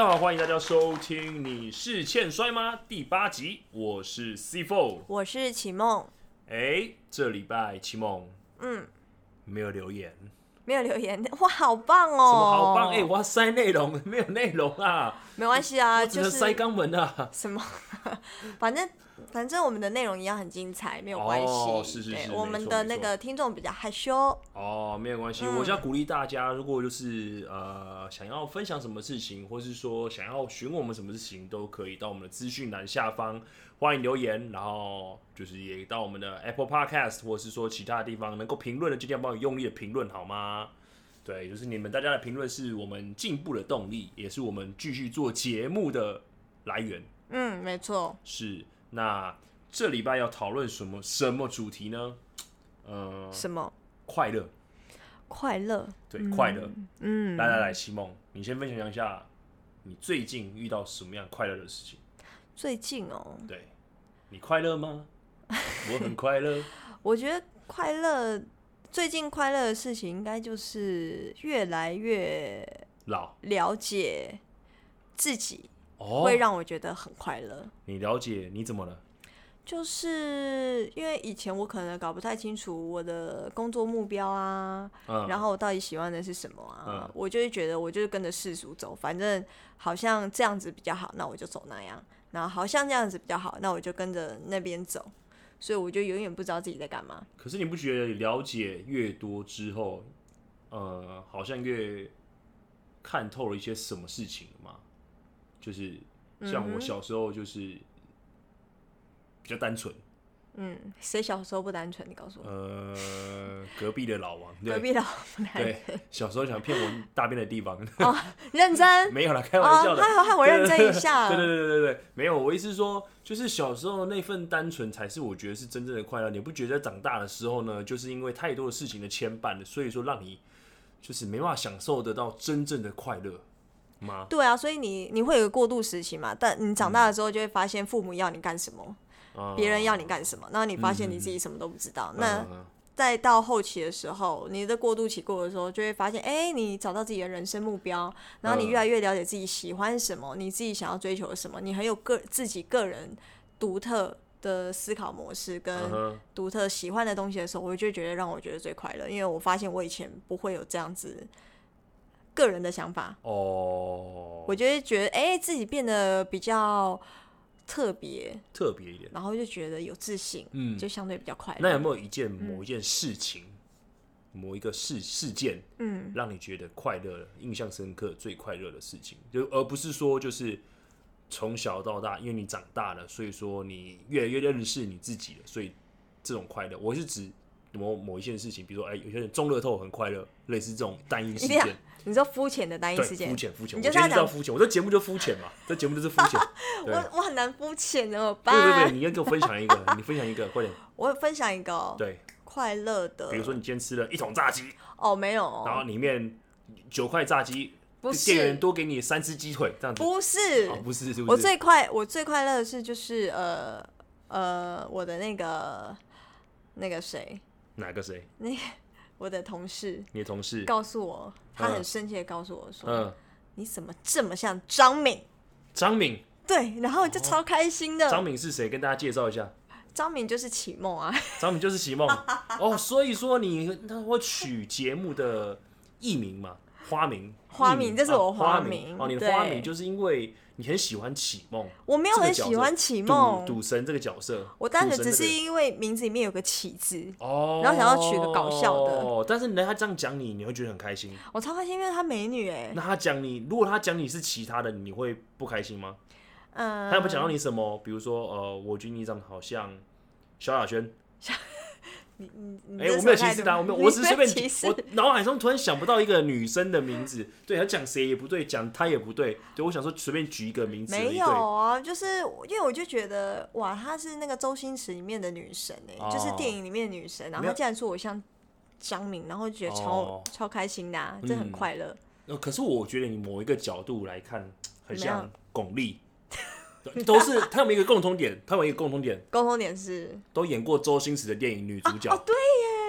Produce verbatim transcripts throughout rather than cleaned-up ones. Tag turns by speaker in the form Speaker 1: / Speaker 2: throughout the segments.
Speaker 1: 家好，欢迎大家收听《你是欠摔吗》第八集，我是 C 四，
Speaker 2: 我是启梦。
Speaker 1: 哎，这礼拜启梦，
Speaker 2: 嗯，
Speaker 1: 没有留言，
Speaker 2: 没有留言，哇，好棒哦！
Speaker 1: 什么好棒？哎，我要塞内容，没有内容啊，
Speaker 2: 没关系啊，
Speaker 1: 我只能塞肛门啊。
Speaker 2: 什么？反正反正我们的内容一样很精彩，没有关系。
Speaker 1: 哦，是是是，
Speaker 2: 我们的那个听众比较害羞。
Speaker 1: 哦，没有关系，嗯、我是要鼓励大家，如果就是呃想要分享什么事情，或是说想要询问我们什么事情，都可以到我们的资讯栏下方欢迎留言，然后就是也到我们的 Apple Podcast 或是说其他的地方能够评论的，尽量帮我用力的评论好吗？对，就是你们大家的评论是我们进步的动力，也是我们继续做节目的来源。
Speaker 2: 嗯，没错。
Speaker 1: 是，那这礼拜要讨论什么什么主题呢？呃，
Speaker 2: 什么？
Speaker 1: 快乐。
Speaker 2: 快乐。
Speaker 1: 对，嗯、快乐。
Speaker 2: 嗯，
Speaker 1: 来来来，启梦，你先分享一下你最近遇到什么样快乐的事情？
Speaker 2: 最近哦，
Speaker 1: 对，你快乐吗？我很快乐。
Speaker 2: 我觉得快乐。最近快乐的事情应该就是越来越
Speaker 1: 老
Speaker 2: 了解自己，
Speaker 1: 哦，
Speaker 2: 会让我觉得很快乐。
Speaker 1: 你了解你怎么了？
Speaker 2: 就是因为以前我可能搞不太清楚我的工作目标啊，
Speaker 1: 嗯、
Speaker 2: 然后我到底喜欢的是什么啊，
Speaker 1: 嗯、
Speaker 2: 我就会觉得我就是跟着世俗走，反正好像这样子比较好，那我就走那样；然后好像这样子比较好，那我就跟着那边走。所以我就永远不知道自己在干嘛。
Speaker 1: 可是你不觉得了解越多之后，呃，好像越看透了一些什么事情吗？就是像我小时候就是比较单纯。
Speaker 2: 嗯，谁小时候不单纯？你告诉我。
Speaker 1: 呃，隔壁的老王，
Speaker 2: 隔壁老王
Speaker 1: 对，小时候想骗我大便的地方。
Speaker 2: 哦，认真？
Speaker 1: 没有啦，开玩笑的。
Speaker 2: 还好，害我认真一下。
Speaker 1: 对对对对对，没有。我意思是说，就是小时候那份单纯才是我觉得是真正的快乐。你不觉得长大的时候呢，就是因为太多的事情的牵绊，所以说让你就是没办法享受得到真正的快乐吗？
Speaker 2: 对啊，所以你你会有个过渡時期嘛，但你長大的時候就會發現父母要你幹什麼，別、嗯、人要你幹什麼，然後你發現你自己什麼都不知道。嗯、那再到後期的時候，你的過渡期過的時候，就會發現，哎、欸，你找到自己的人生目標，然後你越來越了解自己喜歡什麼，你自己想要追求什麼，你很有個自己個人獨特的思考模式跟獨特喜歡的東西的時候，我就覺得讓我覺得最快樂，因為我發現我以前不會有這樣子個人的想法哦，我就會覺得哎、欸，自己變得比較特別，
Speaker 1: 特別一點，
Speaker 2: 然後就覺得有自信，嗯，就相對比較快樂。
Speaker 1: 那有沒有一件某一件事情，嗯、某一個事事件，嗯，讓你覺得快樂、印象深刻、最快樂的事情，就而不是說就是從小到大，因為你長大了，所以說你越來越認識你自己了，所以這種快樂，我是指某某一件事情，比如說，哎、欸，有些人中樂透很快樂，類似這種單一事件。
Speaker 2: 你說膚淺的單一事件，
Speaker 1: 膚淺膚淺，我覺得你知道膚淺，我這節目就膚淺嘛，這節目就是膚淺。
Speaker 2: 我我很難膚淺，怎麼辦？
Speaker 1: 對對對，你要給我分享一個，你分享一個，快點。
Speaker 2: 我分享一個、喔，
Speaker 1: 對，
Speaker 2: 快樂的。
Speaker 1: 比如說你今天吃了一桶炸雞，
Speaker 2: 哦，沒有、喔，
Speaker 1: 然後裡面九塊炸雞，
Speaker 2: 不是，
Speaker 1: 店員多給你三隻雞腿，這樣子。
Speaker 2: 不是，
Speaker 1: 哦、不是，是不是？
Speaker 2: 我最快，我最快樂的是就是呃呃，我的那個那個誰，
Speaker 1: 哪個誰？
Speaker 2: 那個。我的同事，
Speaker 1: 你的同事
Speaker 2: 告訴我，他很生氣的告訴我說：“
Speaker 1: 嗯、
Speaker 2: 你怎麼這麼像張敏？”
Speaker 1: 張敏，
Speaker 2: 對，然後我就超開心的。
Speaker 1: 張敏是誰？跟大家介紹一下。
Speaker 2: 張敏就是啟夢啊。張
Speaker 1: 敏就是啟夢哦，所以說你他會取節目的藝名嘛？花名，
Speaker 2: 花名，這是我花名。
Speaker 1: 啊、花名哦，你的花名就是因為你很喜歡啟夢。
Speaker 2: 我沒有很喜歡啟夢，
Speaker 1: 賭神這個角色。
Speaker 2: 我單純只是因為名字裡面有個啟字，哦，然後想要取個搞笑的。
Speaker 1: 哦，但是人家這樣講你，你會覺得很開心。
Speaker 2: 我超開心，因為她美女哎。
Speaker 1: 那他講你，如果他講你是其他的，你會不開心嗎？嗯。他有沒有講到你什麼？比如說，呃，我覺得你長得好像蕭亞軒。哎、欸，我沒有歧視他，我沒有，我只是隨便，我腦海中突然想不到一個女生的名字，對，他講誰也不對，講他也不對，對，我想說隨便舉一個名字而已。
Speaker 2: 沒有啊，就是因為我就覺得哇，她是那個周星馳裡面的女神哎、欸，哦、就是電影裡面的女神，然後她竟然說我像張敏，然後就覺得超、哦、超開心的、啊，這很快樂、
Speaker 1: 嗯。可是我覺得你某一個角度來看，很像鞏俐。都是他有一個共同點，他有一個共同點，
Speaker 2: 共同點是
Speaker 1: 都演過周星馳的電影女主角。
Speaker 2: 啊、哦，對耶，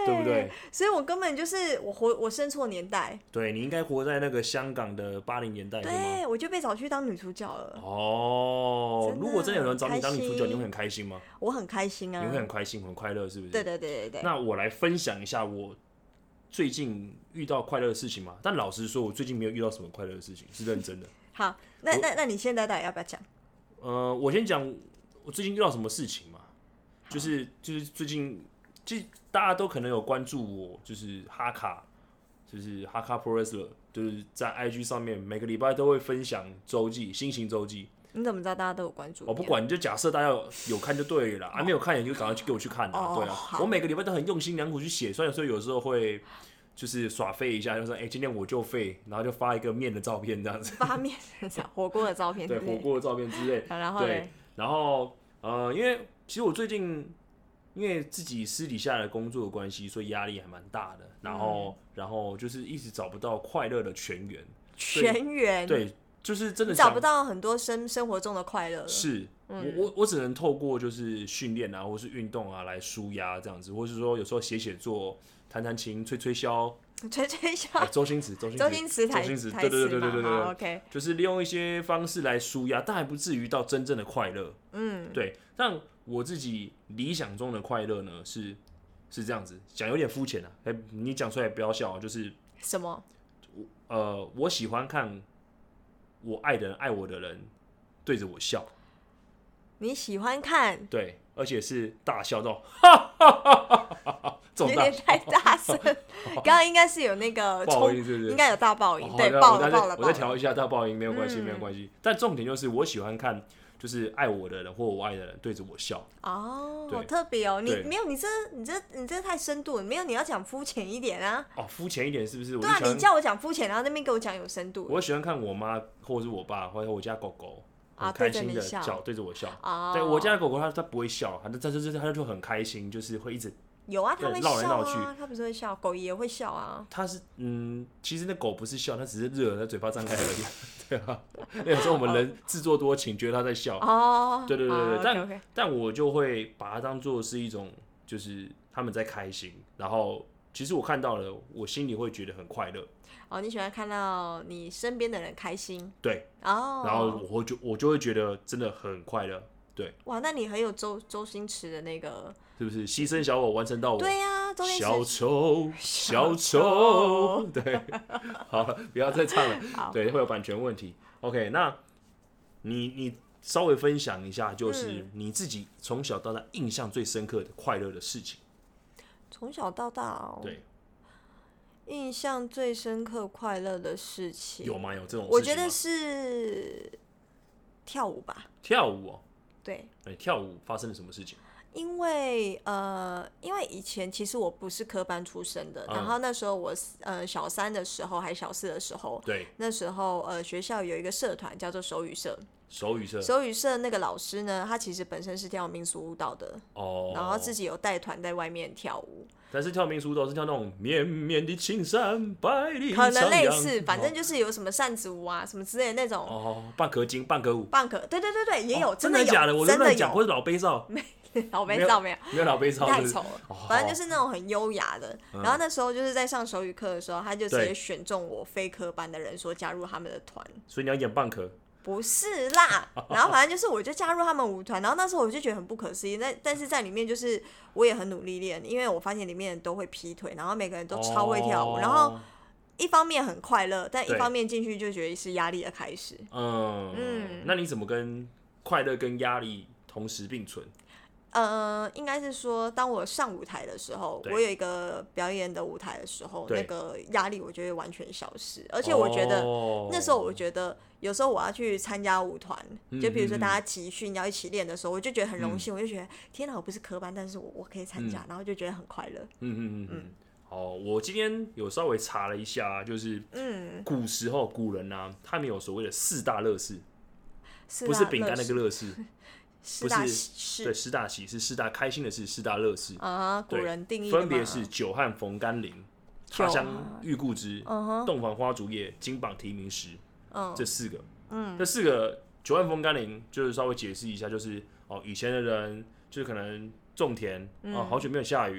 Speaker 1: 对不对？
Speaker 2: 所以我根本就是我活我生错年代。
Speaker 1: 对，你应该活在那个香港的八零年代，
Speaker 2: 对，我就被找去当女主角了。
Speaker 1: 哦，如果真的有人找你当女主角，你会很开心吗？
Speaker 2: 我很开心啊，
Speaker 1: 你会很开心，很快乐，是不是？
Speaker 2: 对对对对对。
Speaker 1: 那我来分享一下我最近遇到快乐的事情嘛。但老实说，我最近没有遇到什么快乐的事情，是认真的。
Speaker 2: 好，那那那你现在到底要不要讲？
Speaker 1: 呃，我先讲我最近遇到什么事情嘛，就是就是最近，就大家都可能有关注我，就是哈卡，就是哈卡 Pro Wrestler， 就是在 I G 上面每个礼拜都会分享周记，新型周记。
Speaker 2: 你怎么知道大家都有关注？
Speaker 1: 我、哦、不管，就假设大家 有, 有看就对了啦，还、哦啊、没有看也就赶快去给我去看啦。哦、对啊，我每个礼拜都很用心良苦去写，虽然说有时候会就是耍废一下，就说哎、欸，今天我就废，然后就发一个面的照片这样子，
Speaker 2: 发面火锅的照片，
Speaker 1: 对，火锅的照片之类。
Speaker 2: 然后
Speaker 1: 对，然后呃，因为其实我最近因为自己私底下的工作的关系，所以压力还蛮大的，然后、嗯、然后就是一直找不到快乐的泉源，
Speaker 2: 泉源
Speaker 1: 对。就是真的
Speaker 2: 找不到很多生生活中的快乐了。
Speaker 1: 是，嗯、我我我只能透过就是训练啊，或是运动啊来抒压这样子，或是说有时候写写作、弹弹琴、吹吹箫、
Speaker 2: 吹吹箫。
Speaker 1: 欸、周星驰，周星驰，
Speaker 2: 周星驰，
Speaker 1: 周星驰，对对对对对对对
Speaker 2: ，OK，
Speaker 1: 就是利用一些方式来抒压，但还不至于到真正的快乐。嗯，对。但我自己理想中的快乐呢，是是这样子，讲有点肤浅啊，哎，你讲出来不要笑，就是
Speaker 2: 什么？
Speaker 1: 呃，我喜欢看。我爱的人，爱我的人，对着我笑。
Speaker 2: 你喜欢看？
Speaker 1: 对，而且是大笑到哈哈哈哈哈哈，有
Speaker 2: 点太大声。刚刚应该是有那个
Speaker 1: 爆音，是不是？
Speaker 2: 应该有大爆音，
Speaker 1: 哦、
Speaker 2: 对，爆了，爆了。
Speaker 1: 我再调一下大爆音，没有关系，嗯、没有关系。但重点就是我喜欢看，就是爱我的人或我爱的人对着我笑。
Speaker 2: 哦，好特别哦！你没有，你这你这你这太深度了，没有，你要讲肤浅一点啊。
Speaker 1: 哦，肤浅一点是不是？
Speaker 2: 对啊，你叫我讲肤浅，然后那边给我讲有深度。
Speaker 1: 我喜欢看我妈或者是我爸或者我家狗狗。很开心的笑，对着我笑。哦、对我家的狗狗它，它不会笑，它它就是它就很开心，就是会一直
Speaker 2: 有啊，它会笑啊，
Speaker 1: 绕来绕去，
Speaker 2: 它不是会笑，狗也会笑啊。
Speaker 1: 它是嗯，其实那狗不是笑，它只是热，它嘴巴张开而已。对啊，有时候我们人自作多情，觉得它在笑。哦，对对对对，但 okay, okay. 但我就会把它当做是一种，就是他们在开心，然后其实我看到了，我心里会觉得很快乐。
Speaker 2: 哦，你喜欢看到你身边的人开心，
Speaker 1: 对，哦，然后我就我就会觉得真的很快乐，对。
Speaker 2: 哇，那你很有周周星驰的那个，
Speaker 1: 是不是？牺牲小我，完成到我。
Speaker 2: 对呀、啊，周星驰。
Speaker 1: 小丑，小丑，对。好了，不要再唱了，对，会有版权问题。OK， 那你你稍微分享一下，就是你自己从小到大印象最深刻的快乐的事情。
Speaker 2: 从小到大哦。
Speaker 1: 对。
Speaker 2: 印象最深刻、快乐的事情
Speaker 1: 有吗？有这种事情吗？
Speaker 2: 我觉得是跳舞吧。
Speaker 1: 跳舞哦。
Speaker 2: 对。
Speaker 1: 欸、跳舞发生了什么事情？
Speaker 2: 因为呃，因为以前其实我不是科班出身的，嗯、然后那时候我呃小三的时候还小四的时候，
Speaker 1: 对，
Speaker 2: 那时候呃学校有一个社团叫做手语社。
Speaker 1: 手语社，
Speaker 2: 手语社那个老师呢，他其实本身是跳民俗舞蹈的，哦，然后自己有带团在外面跳舞。
Speaker 1: 但是跳民俗舞蹈是跳那种绵绵的青山，百里
Speaker 2: 可能类似，反正就是有什么扇子舞啊，什么之类的那种。
Speaker 1: 哦，半壳金，半壳舞，
Speaker 2: 半壳，对对对对，也有，
Speaker 1: 哦、
Speaker 2: 真的有，
Speaker 1: 真的假的？我
Speaker 2: 真的
Speaker 1: 有，或者老杯少，
Speaker 2: 没老杯少没有，
Speaker 1: 没有老杯少，
Speaker 2: 太丑了。哦、反正就是那种很优雅的。嗯、然后那时候就是在上手语课的时候，他就直接选中我非科班的人，说加入他们的团。
Speaker 1: 所以你要演半壳。
Speaker 2: 不是啦，然后反正就是我就加入他们舞团，然后那时候我就觉得很不可思议，但但是在里面就是我也很努力练，因为我发现里面人都会劈腿，然后每个人都超会跳舞，哦、然后一方面很快乐，但一方面进去就觉得是压力的开始。嗯
Speaker 1: 嗯，那你怎么跟快乐跟压力同时并存？
Speaker 2: 呃，应该是说，当我上舞台的时候，我有一个表演的舞台的时候，那个压力我就会完全消失。而且我觉得、哦、那时候，我觉得有时候我要去参加舞团，嗯、就比如说大家集训要一起练的时候，我就觉得很荣幸，嗯、我就觉得天哪，我不是科班，但是我我可以参加，嗯、然后就觉得很快乐。嗯嗯嗯
Speaker 1: 嗯。好，我今天有稍微查了一下，就是嗯，古时候古人啊，他们有所谓的四大乐事，不是饼干那个乐事。
Speaker 2: 四大喜，
Speaker 1: 对，四大喜是四大开心的事，四大乐事
Speaker 2: 啊，古人定义的嘛，
Speaker 1: 分别是久旱逢甘霖、茶香遇故知、uh-huh、洞房花烛夜、金榜题名时，嗯、这四个，嗯，这四个久旱逢甘霖，就是稍微解释一下，就是哦，以前的人就是可能种田，嗯、哦，好久没有下雨，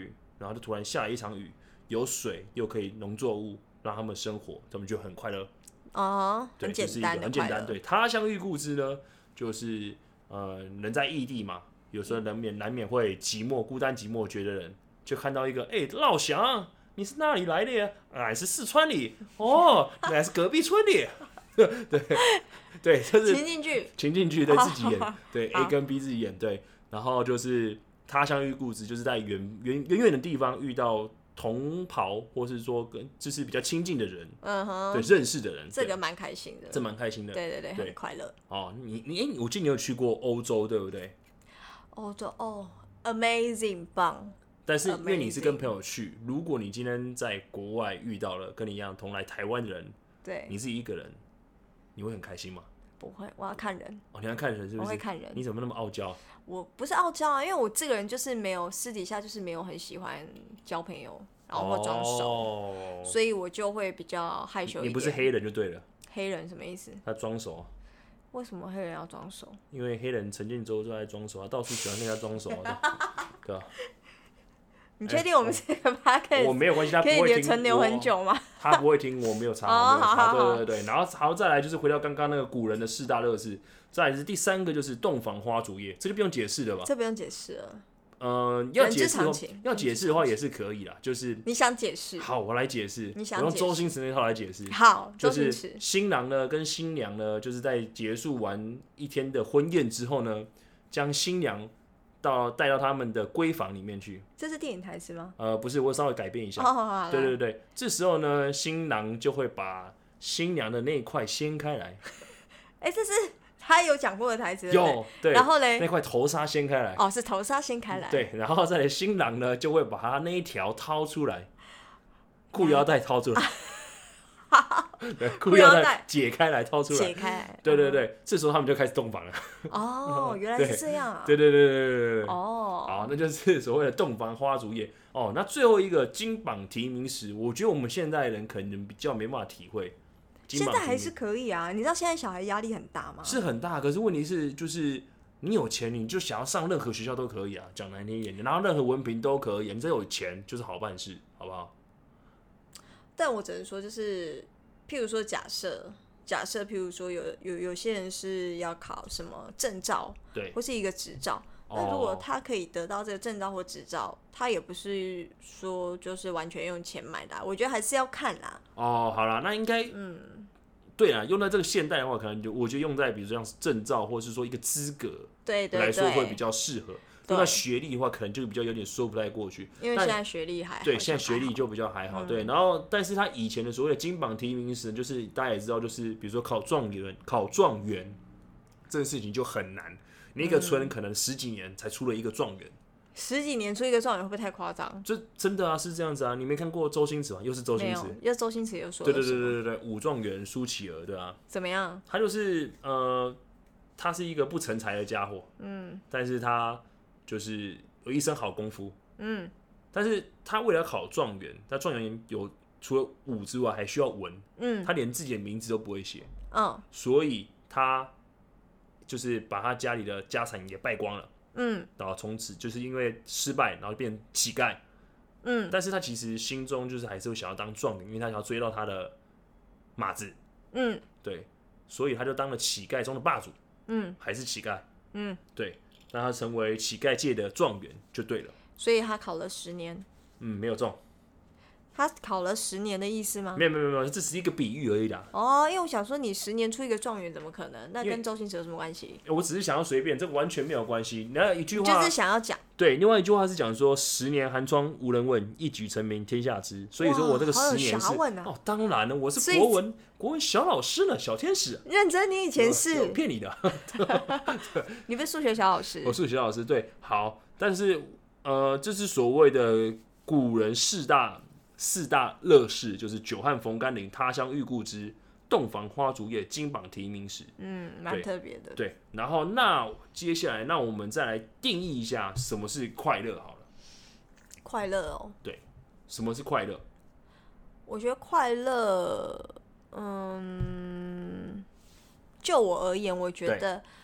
Speaker 1: 然后就突然下了一场雨，有水又可以农作物让他们生活，他们就很快乐。
Speaker 2: 哦，
Speaker 1: 对，
Speaker 2: 很简单的
Speaker 1: 就是一个很简单。对，他乡遇故知呢，就是呃人在异地嘛，有时候难免难免会寂寞、孤单、寂寞觉得人，就看到一个哎老乡，你是哪里来的呀？哎，是四川的哦，原来是隔壁村的。对对，就是
Speaker 2: 情境剧，
Speaker 1: 情境剧对自己演，对 A 跟 B 自己演，对，然后就是他乡遇故知，就是在远远远远的地方遇到同袍，或是说跟就是比较亲近的人，
Speaker 2: 嗯哼，
Speaker 1: 对，认识的人，
Speaker 2: 这个蛮开心的，
Speaker 1: 这蛮开心的，
Speaker 2: 对对对，
Speaker 1: 对
Speaker 2: 很快乐。
Speaker 1: 哦，你你我记得你有去过欧洲，对不对？
Speaker 2: 欧洲哦 ，amazing 棒。
Speaker 1: 但是因为你是跟朋友去，如果你今天在国外遇到了跟你一样同来台湾的人，
Speaker 2: 对，
Speaker 1: 你是一个人，你会很开心吗？
Speaker 2: 不会，我要看人。
Speaker 1: 哦，你要看人是不是？
Speaker 2: 我会看人。
Speaker 1: 你怎么那么傲娇？
Speaker 2: 我不是傲娇啊，因为我这个人就是没有私底下就是没有很喜欢交朋友，然后或装熟，
Speaker 1: 哦，
Speaker 2: 所以我就会比较害羞一点。
Speaker 1: 你不是黑人就对了。
Speaker 2: 黑人什么意思？
Speaker 1: 他装熟。
Speaker 2: 为什么黑人要装熟？
Speaker 1: 因为黑人陈建州就在装熟，他到处喜欢跟人家装熟的，对吧？
Speaker 2: 你确定我们这个 podcast
Speaker 1: 我没有关系，他不
Speaker 2: 可以
Speaker 1: 会听
Speaker 2: 存留很久吗？
Speaker 1: 他不会听，我没有查，
Speaker 2: 哦
Speaker 1: 我没有查，
Speaker 2: 好好好
Speaker 1: 对对对。然后，好，再来就是回到刚刚那个古人的四大乐事，再来是第三个就是洞房花烛夜，这就不用解释了吧？
Speaker 2: 这不用解释了。
Speaker 1: 嗯，要解释
Speaker 2: 人之常情
Speaker 1: 要解释的话也是可以啦，就是
Speaker 2: 你想解释？
Speaker 1: 好，我来解释，
Speaker 2: 你想
Speaker 1: 我用
Speaker 2: 解释
Speaker 1: 周星驰那套来解释。
Speaker 2: 好，
Speaker 1: 就是
Speaker 2: 周星驰
Speaker 1: 新郎呢跟新娘呢，就是在结束完一天的婚宴之后呢，将新娘到带到他们的闺房里面去。
Speaker 2: 这是电影台词吗？
Speaker 1: 呃，不是，我稍微改变一下。
Speaker 2: 哦，好好，
Speaker 1: 对对对，这时候呢，新郎就会把新娘的那一块掀开来。
Speaker 2: 哎、欸，这是他有讲过的台词。
Speaker 1: 有，对。
Speaker 2: 然后嘞，
Speaker 1: 那块头纱掀开来。
Speaker 2: 哦，是头纱掀开来。
Speaker 1: 对，然后再来，新郎呢就会把他那一条掏出来，裤腰带掏出来。对，裤腰带解开来掏出来，
Speaker 2: 解开来。
Speaker 1: 对对对，这时候他们就开始洞房了。
Speaker 2: 哦，原来是这样啊！
Speaker 1: 对对对对对对对。
Speaker 2: 哦，
Speaker 1: 好，那就是所谓的洞房花烛夜。哦，那最后一个金榜题名时，我觉得我们现代人可能比较没办法体会。
Speaker 2: 现在还是可以啊，你知道现在小孩压力很大吗？
Speaker 1: 是很大，可是问题是就是你有钱，你就想要上任何学校都可以啊，讲难听一点，你拿到任何文凭都可以，你只要有钱就是好办事，好不好？
Speaker 2: 但我只能说，就是譬如说假设，假设譬如说有有有些人是要考什么证照，
Speaker 1: 对，
Speaker 2: 或是一个执照。那如果他可以得到这个证照或执照，他也不是说就是完全用钱买的、啊，我觉得还是要看啦。
Speaker 1: 哦，好啦，那应该，嗯，对啦，用在这个现代的话，可能就我觉得用在比如说像证照，或是说一个资格，
Speaker 2: 对对对，
Speaker 1: 来说会比较适合。用在学历的话，可能就比较有点说不太过去。
Speaker 2: 因为现在学历还好
Speaker 1: 对，现在学历就比较还好。嗯、对，然后但是他以前的所谓的金榜题名时，就是大家也知道，就是比如说考状元，考状元这个事情就很难。你一个村可能十几年才出了一个状元，
Speaker 2: 十几年出一个状元会不会太夸张？
Speaker 1: 这真的啊，是这样子啊。你没看过周星驰吗？又是周星驰，
Speaker 2: 又周星驰又说，
Speaker 1: 对对对对对对，武状元苏乞儿，对啊，
Speaker 2: 怎么样？
Speaker 1: 他就是呃，他是一个不成才的家伙，嗯，但是他就是有一身好功夫，嗯，但是他为了考状元，他状元有除了武之外，还需要文，嗯，他连自己的名字都不会写，嗯，所以他就是把他家里的家产也败光了，嗯，然后从此就是因为失败，然后变乞丐，嗯，但是他其实心中就是还是会想要当状元，因为他想要追到他的马子，嗯，对，所以他就当了乞丐中的霸主，嗯，还是乞丐，嗯，对，让他成为乞丐界的状元就对了。
Speaker 2: 所以他考了十年，
Speaker 1: 嗯，没有中。
Speaker 2: 他考了十年的意思吗？
Speaker 1: 没有没有没有，这只是一个比喻而已啦。
Speaker 2: 哦，因为我想说，你十年出一个状元怎么可能？那跟周星驰有什么关系？
Speaker 1: 我只是想要随便，这个完全没有关系。那一句话
Speaker 2: 就是想要讲。
Speaker 1: 对，另外一句话是讲说，十年寒窗无人问，一举成名天下知。所以说我这个十年是、
Speaker 2: 啊、
Speaker 1: 哦，当然了，我是国文国文小老师呢，小天使。
Speaker 2: 认真，你以前是
Speaker 1: 骗你的。
Speaker 2: 你不是数学小老师？
Speaker 1: 我数学老师，对，好，但是呃，这是所谓的古人四大。四大乐事就是久旱逢甘霖、他乡遇故知、洞房花烛夜、金榜题名时。
Speaker 2: 嗯，蛮特别的。
Speaker 1: 对，然后那接下来，那我们再来定义一下什么是快乐好了。
Speaker 2: 快乐哦。
Speaker 1: 对，什么是快乐？
Speaker 2: 我觉得快乐，嗯，就我而言，我觉得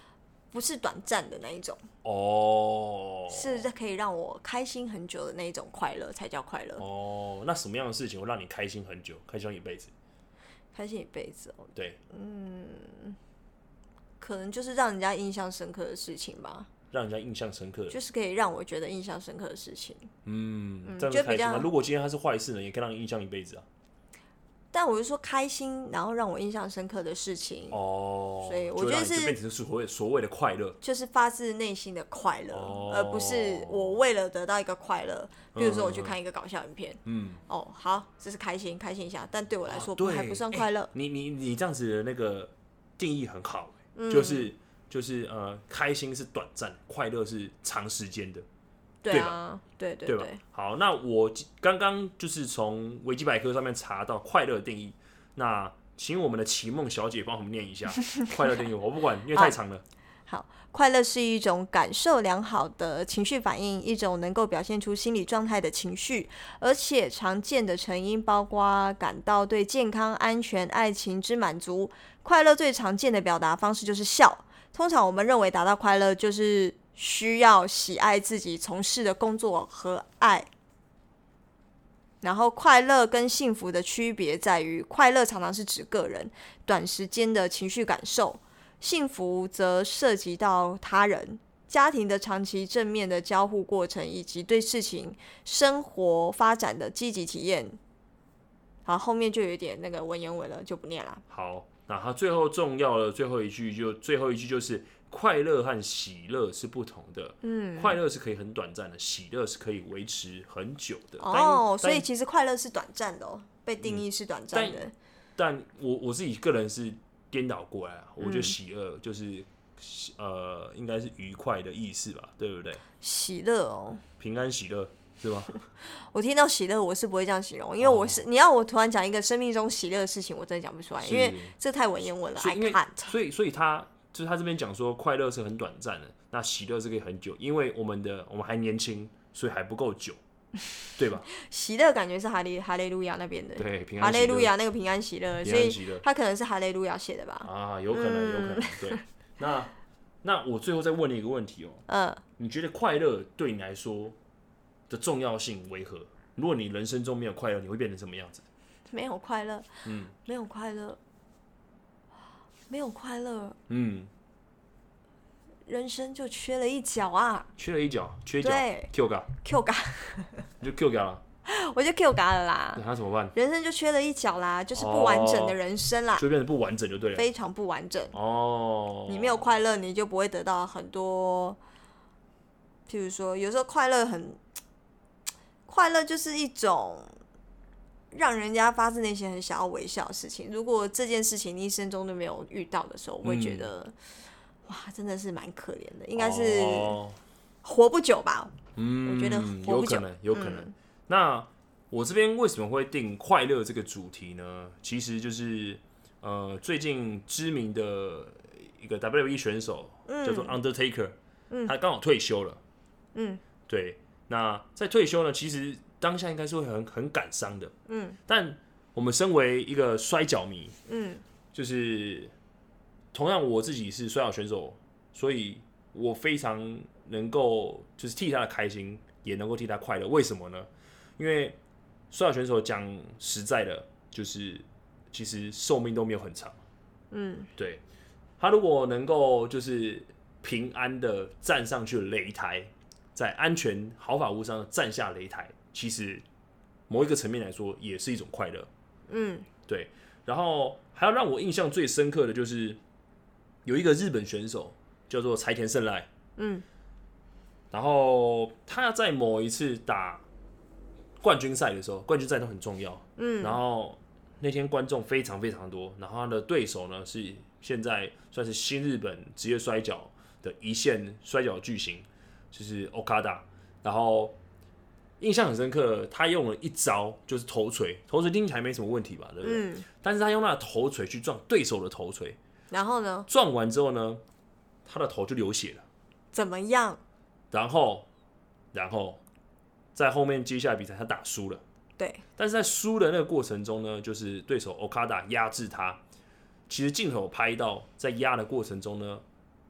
Speaker 2: 不是短暂的那一种
Speaker 1: 哦，
Speaker 2: 是可以让我开心很久的那一种快乐才叫快乐。
Speaker 1: 哦，那什么样的事情会让你开心很久，开心一辈子？
Speaker 2: 开心一辈子哦，
Speaker 1: 对，
Speaker 2: 嗯，可能就是让人家印象深刻的事情吧。
Speaker 1: 让人家印象深刻的，
Speaker 2: 就是可以让我觉得印象深刻的事情。
Speaker 1: 嗯，
Speaker 2: 嗯
Speaker 1: 这样就开心吗？如果今天它是坏事呢，也可以让你印象一辈子啊。
Speaker 2: 但我就说开心，然后让我印象深刻的事情
Speaker 1: 哦，
Speaker 2: 所以我觉得是
Speaker 1: 就变成所谓所谓的快乐，
Speaker 2: 就是发自内心的快乐，
Speaker 1: 哦、
Speaker 2: 而不是我为了得到一个快乐，比如说我去看一个搞笑影片，
Speaker 1: 嗯，
Speaker 2: 哦，好，这是开心，开心一下，但对我来说、
Speaker 1: 哦、
Speaker 2: 还不算快乐。
Speaker 1: 欸、你你你这样子的那个定义很好，嗯、就是就是呃，开心是短暂，快乐是长时间的。
Speaker 2: 对啊，对对
Speaker 1: 对, 对吧？好，那我刚刚就是从维基百科上面查到快乐的定义，那请我们的奇梦小姐帮我们念一下快乐定义。我不管，因为太长了。
Speaker 2: 好，快乐是一种感受良好的情绪反应，一种能够表现出心理状态的情绪，而且常见的成因包括感到对健康、安全、爱情之满足。快乐最常见的表达方式就是笑。通常我们认为达到快乐就是需要喜爱自己从事的工作和爱。然后快乐跟幸福的区别在于，快乐常常是指个人短时间的情绪感受，幸福则涉及到他人、家庭的长期正面的交互过程，以及对事情、生活发展的积极体验。好，后面就有点那个文言文了，就不念了。
Speaker 1: 好，那他最后重要的最后一句就最后一句就是快乐和喜乐是不同的。嗯，快乐是可以很短暂的，喜乐是可以维持很久的。
Speaker 2: 哦，所以其实快乐是短暂的哦，被定义是短暂的。
Speaker 1: 嗯、但, 但我我自己个人是颠倒过来啊，我觉得喜乐就是、嗯、呃，应该是愉快的意思吧，对不对？
Speaker 2: 喜乐哦，
Speaker 1: 平安喜乐是吗？
Speaker 2: 我听到喜乐，我是不会这样形容，因为我是、哦、你要我突然讲一个生命中喜乐的事情，我真的讲不出来，因为这太文言文了。
Speaker 1: I
Speaker 2: can't。
Speaker 1: 所以，所以他就是他这边讲说，快乐是很短暂的，那喜乐是可以很久，因为我们的我们还年轻，所以还不够久，对吧？
Speaker 2: 喜乐感觉是哈利哈利路亚那边的，
Speaker 1: 对，平
Speaker 2: 安哈利路亚那个平安喜乐，
Speaker 1: 所以
Speaker 2: 他可能是哈利路亚写的吧？
Speaker 1: 啊，有可能，有可能，对。那那我最后再问你一个问题哦，嗯，你觉得快乐对你来说的重要性为何？如果你人生中没有快乐，你会变成什么样子？
Speaker 2: 没有快乐，嗯，没有快乐，没有快乐，
Speaker 1: 嗯，
Speaker 2: 人生就缺了一角啊！
Speaker 1: 缺了一角，缺角，
Speaker 2: 对
Speaker 1: ，Q 嘎
Speaker 2: ，Q 嘎，
Speaker 1: 你就 Q 嘎了，
Speaker 2: 我就 Q 嘎了啦。
Speaker 1: 那怎么办？
Speaker 2: 人生就缺了一角啦，就是不完整的人生啦，
Speaker 1: 哦、就变得不完整就对了，
Speaker 2: 非常不完整
Speaker 1: 哦。
Speaker 2: 你没有快乐，你就不会得到很多，譬如说，有时候快乐很。快乐就是一种让人家发自内心很想要微笑的事情。如果这件事情你一生中都没有遇到的时候，我会觉得、嗯、哇，真的是蛮可怜的，应该是活不久吧。嗯，我觉得活不久，
Speaker 1: 有可能，有可能。嗯、那我这边为什么会定快乐这个主题呢？其实就是呃，最近知名的一个 W W E 选手、嗯、叫做 Undertaker，、嗯、他刚好退休了。嗯，对。那在退休呢，其实当下应该是会很很感伤的，嗯，但我们身为一个摔跤迷，嗯，就是同样我自己是摔跤选手，所以我非常能够就是替他的开心，也能够替他快乐。为什么呢？因为摔跤选手讲实在的，就是其实寿命都没有很长，嗯，对，他如果能够就是平安的站上去擂台。在安全毫发无伤的站下擂台，其实某一个层面来说也是一种快乐。嗯，对。然后还要让我印象最深刻的就是有一个日本选手叫做柴田胜赖。嗯，然后他在某一次打冠军赛的时候，冠军赛都很重要。嗯，然后那天观众非常非常多，然后他的对手呢是现在算是新日本职业摔跤的一线摔跤巨星。就是 Okada， 然后印象很深刻，他用了一招就是头锤，头锤听起来没什么问题吧，对不对？嗯。但是他用他的头锤去撞对手的头锤，
Speaker 2: 然后呢？
Speaker 1: 撞完之后呢，他的头就流血了。
Speaker 2: 怎么样？
Speaker 1: 然后，然后在后面接下来比赛他打输了。
Speaker 2: 对。
Speaker 1: 但是在输的那个过程中呢，就是对手 Okada 压制他。其实镜头拍到在压的过程中呢。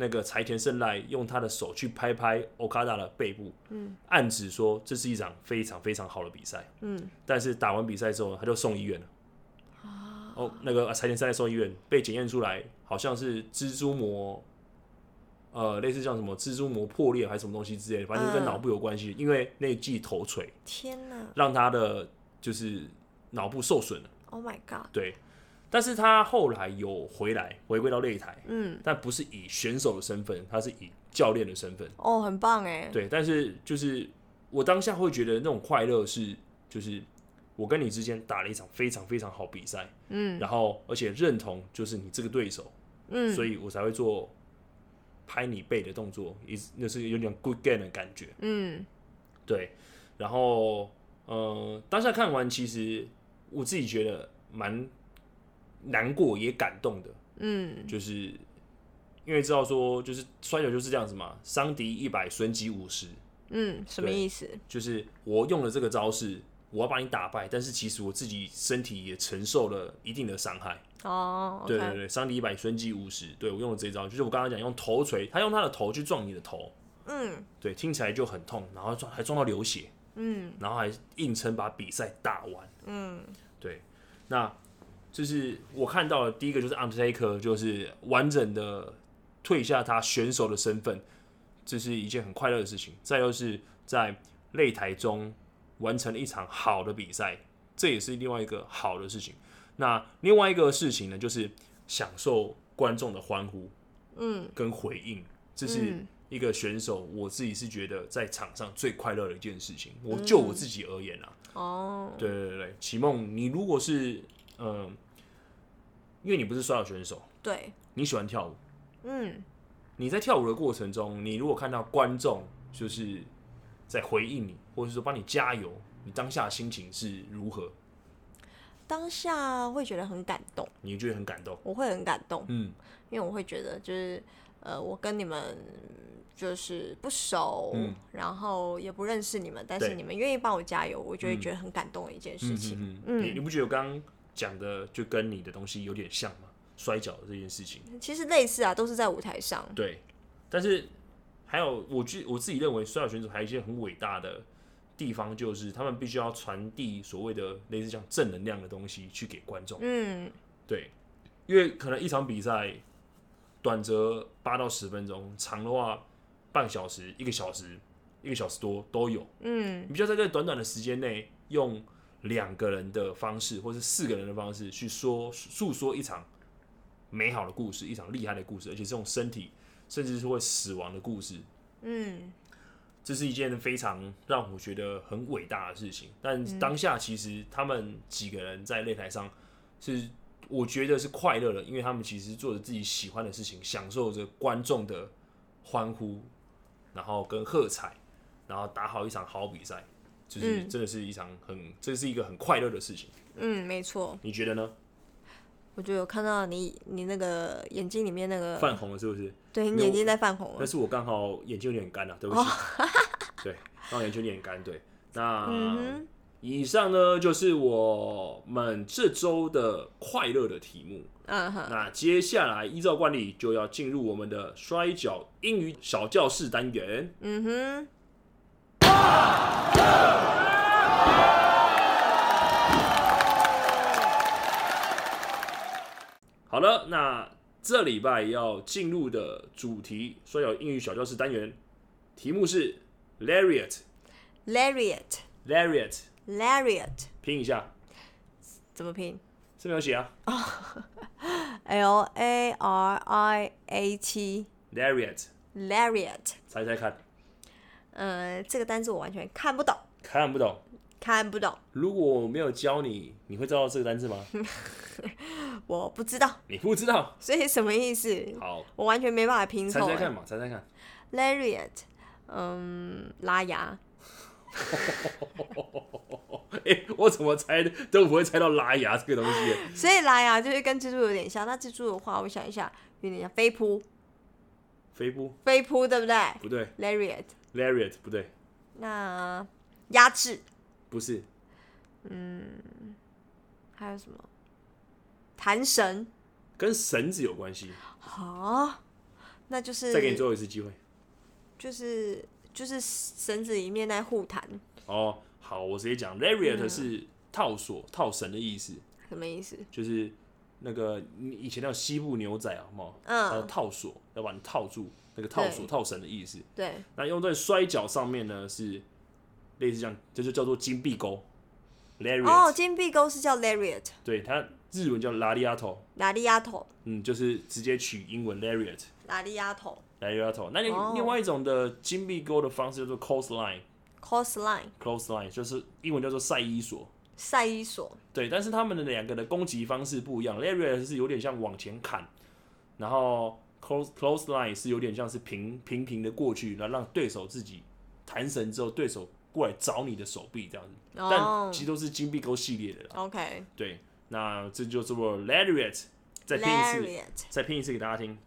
Speaker 1: 那个柴田胜赖用他的手去拍拍 Okada 的背部，
Speaker 2: 嗯，
Speaker 1: 暗指说这是一场非常非常好的比赛，嗯，但是打完比赛之后他就送医院了，啊，哦，那个柴田胜赖送医院被检验出来好像是蜘蛛膜，呃，类似像什么蜘蛛膜破裂还是什么东西之类的，反正跟脑部有关系，嗯、因为那一记头锤，
Speaker 2: 天哪，
Speaker 1: 让他的就是脑部受损了。
Speaker 2: Oh my god！
Speaker 1: 对。但是他后来有回来，回归到擂台，
Speaker 2: 嗯，
Speaker 1: 但不是以选手的身份，他是以教练的身份。
Speaker 2: 哦，很棒哎。
Speaker 1: 对，但是就是我当下会觉得那种快乐是，就是我跟你之间打了一场非常非常好比赛，嗯，然后而且认同就是你这个对手，嗯，所以我才会做拍你背的动作，那是有点 good game 的感觉，嗯，对。然后呃，当下看完，其实我自己觉得蛮难过也感动的，嗯，就是因为知道说，就是摔跤就是这样子嘛，伤敌一百，损己五十，
Speaker 2: 嗯，什么意思？
Speaker 1: 就是我用了这个招式，我要把你打败，但是其实我自己身体也承受了一定的伤害。
Speaker 2: 哦， okay、
Speaker 1: 对对对，伤敌一百，损己五十，对我用了这一招，就是我刚刚讲用头锤，他用他的头去撞你的头，嗯，对，听起来就很痛，然后还撞到流血，嗯，然后还硬撑把比赛打完，嗯，对，那。就是我看到的第一个就是 Undertaker 就是完整的退下他选手的身份，这是一件很快乐的事情。再就是在擂台中完成了一场好的比赛，这也是另外一个好的事情。那另外一个事情呢，就是享受观众的欢呼，嗯，跟回应，这是一个选手我自己是觉得在场上最快乐的一件事情。我就我自己而言啊，哦，对对对，启梦，你如果是嗯，因为你不是摔跤选手，
Speaker 2: 对，
Speaker 1: 你喜欢跳舞，嗯，你在跳舞的过程中，你如果看到观众就是在回应你，或者说帮你加油，你当下的心情是如何？
Speaker 2: 当下会觉得很感动，
Speaker 1: 你觉得很感动？
Speaker 2: 我会很感动，嗯，因为我会觉得就是呃，我跟你们就是不熟，嗯、然后也不认识你们，但是你们愿意帮我加油，我就会觉得很感动的一件事情。嗯，
Speaker 1: 嗯嗯你你不觉得我刚刚讲的就跟你的东西有点像吗？摔跤的这件事情，
Speaker 2: 其实类似啊，都是在舞台上。
Speaker 1: 对，但是还有我自我自己认为摔跤选手还有一些很伟大的地方，就是他们必须要传递所谓的类似像正能量的东西去给观众。嗯，对，因为可能一场比赛短则八到十分钟，长的话半小时、一个小时、一个小时多都有。嗯，你必须要在这短短的时间内用两个人的方式，或是四个人的方式去说诉说一场美好的故事，一场厉害的故事，而且这种身体甚至是会死亡的故事。嗯，这是一件非常让我觉得很伟大的事情。但当下其实他们几个人在擂台上是，我觉得是快乐的，因为他们其实做着自己喜欢的事情，享受着观众的欢呼，然后跟喝彩，然后打好一场好比赛。就是真的是一场很，这是一个很快乐的事情。
Speaker 2: 嗯，没错。
Speaker 1: 你觉得呢？
Speaker 2: 我觉得有看到你，你那个眼睛里面那个
Speaker 1: 泛红了，是不是？
Speaker 2: 对，你眼睛在泛红了。
Speaker 1: 但是我刚好眼睛有点干了，对不起。哦、对，刚好眼睛有点干。对，那、嗯、以上呢就是我们这周的快乐的题目。嗯哼。那接下来依照惯例就要进入我们的摔跤英语小教室单元。嗯哼。好了，那这礼拜要进入的主题摔跤英语小教室单元，题目是
Speaker 2: Lariat。Lariat。Lariat。拼
Speaker 1: 一下。
Speaker 2: 怎么拼？
Speaker 1: 这边有写啊。
Speaker 2: L A R I A T。Lariat。Lariat。
Speaker 1: 猜猜看。
Speaker 2: 呃，这个单字我完全看不懂。
Speaker 1: 看不懂。
Speaker 2: 看不懂。
Speaker 1: 如果我没有教你，你会知道这个单字吗？
Speaker 2: 我不知道。
Speaker 1: 你不知道，
Speaker 2: 所以什么意思？
Speaker 1: 好，
Speaker 2: 我完全没办法拼凑。
Speaker 1: 猜猜看嘛，猜猜看。
Speaker 2: Lariat， 嗯，拉牙。
Speaker 1: 哎、欸，我怎么猜都不会猜到拉牙这个东西。
Speaker 2: 所以拉牙就是跟蜘蛛有点像。那蜘蛛的话，我想一下，有点像飞扑。
Speaker 1: 飞扑。
Speaker 2: 飞扑对不对？
Speaker 1: 不对。
Speaker 2: Lariat。Lariat
Speaker 1: 不对。
Speaker 2: 那压制。
Speaker 1: 不是。
Speaker 2: 嗯，还有什么？弹绳。
Speaker 1: 跟绳子有关系。
Speaker 2: 啊， 那就是
Speaker 1: 再给你最后一次机会，
Speaker 2: 就是就是绳子里面在互弹。
Speaker 1: 哦，好，我直接讲 ，lariat 是套索、套绳的意思。
Speaker 2: 什么意思？
Speaker 1: 就是那个以前那种西部牛仔啊，有
Speaker 2: 嗯，
Speaker 1: 它的套索要把你套住，那个套索套绳的意思。
Speaker 2: 对。
Speaker 1: 那用在摔跤上面呢，是类似这样，这就叫做金臂钩 ，lariat。
Speaker 2: 哦，金臂钩是叫 lariat。
Speaker 1: 对，它日文叫拉利亚头。
Speaker 2: 拉利亚头。
Speaker 1: 嗯，就是直接取英文 lariat。
Speaker 2: 拉利亚头。
Speaker 1: 拉利亚头。那另、哦、另外一种的金臂钩的方式叫做 clothesline。clothesline。clothesline 就是英文叫做赛衣索。
Speaker 2: 赛衣索。
Speaker 1: 对，但是他们的两个的攻击方式不一样 ，lariat 是有点像往前砍，然后 clothesline 是有点像是平平平的过去，然后让对手自己弹绳之后，对手过来找你的手臂这样子。哦、但其实都是金臂钩系列的啦。
Speaker 2: OK。对，
Speaker 1: 那这就叫做 lariat， 再拼一次，再拼一次给大家听。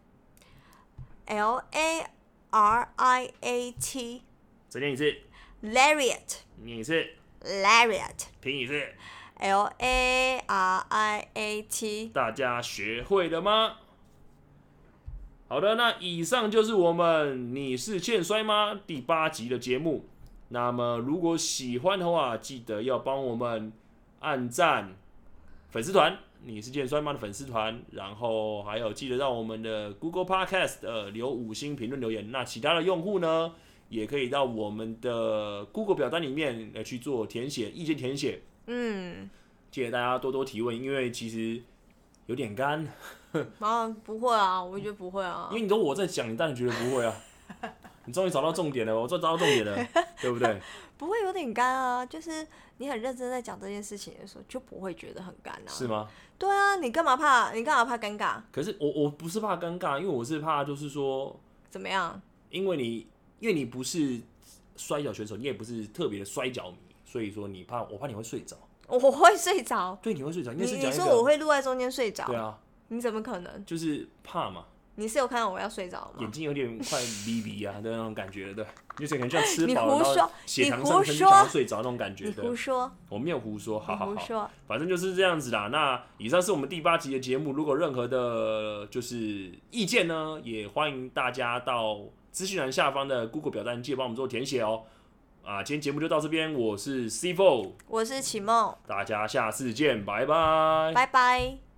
Speaker 2: L A R I A T。
Speaker 1: 再念一次。
Speaker 2: Lariat。
Speaker 1: 念一次。
Speaker 2: Lariat。
Speaker 1: 拼一次。
Speaker 2: L A R I A T。
Speaker 1: 大家学会了吗？好的，那以上就是我们你是欠摔吗第八集的节目。那么如果喜欢的话，记得要帮我们按赞粉丝团你是欠摔吗的粉丝团，然后还有记得让我们的 Google Podcast 呃留五星评论留言。那其他的用户呢，也可以到我们的 Google 表单里面来去做填写意见填写。嗯，记得大家多多提问，因为其实有点干。
Speaker 2: 啊，不会啊，我觉得不会啊。
Speaker 1: 因为你都我在讲，你当然觉得不会啊。你终于找到重点了，我终于找到重点了，对不对？
Speaker 2: 不会有点干啊，就是你很认真在讲这件事情的时候，就不会觉得很干啊。
Speaker 1: 是吗？
Speaker 2: 对啊，你干嘛怕？你干嘛怕尴尬？
Speaker 1: 可是我我不是怕尴尬，因为我是怕就是说
Speaker 2: 怎么样？
Speaker 1: 因为你因为你不是摔跤选手，你也不是特别的摔跤迷，所以说你怕我怕你会睡着。
Speaker 2: 我会睡着。
Speaker 1: 对，你会睡着。
Speaker 2: 你你说我会录在中间睡着？
Speaker 1: 对啊。
Speaker 2: 你怎么可能？
Speaker 1: 就是怕嘛。
Speaker 2: 你是有看到我要睡着吗？
Speaker 1: 眼睛有点快眯眯啊的那种感觉，对，就是可能像吃饱了，
Speaker 2: 然后
Speaker 1: 血糖上升就想要睡着那种感觉。
Speaker 2: 你胡说！
Speaker 1: 我没有胡说，好好
Speaker 2: 好，
Speaker 1: 反正就是这样子啦。那以上是我们第八集的节目，如果任何的就是意见呢，也欢迎大家到资讯栏下方的 Google 表单，记得帮我们做填写哦。啊，今天节目就到这边，我是 C 四，
Speaker 2: 我是启梦，
Speaker 1: 大家下次见，拜拜，
Speaker 2: 拜拜。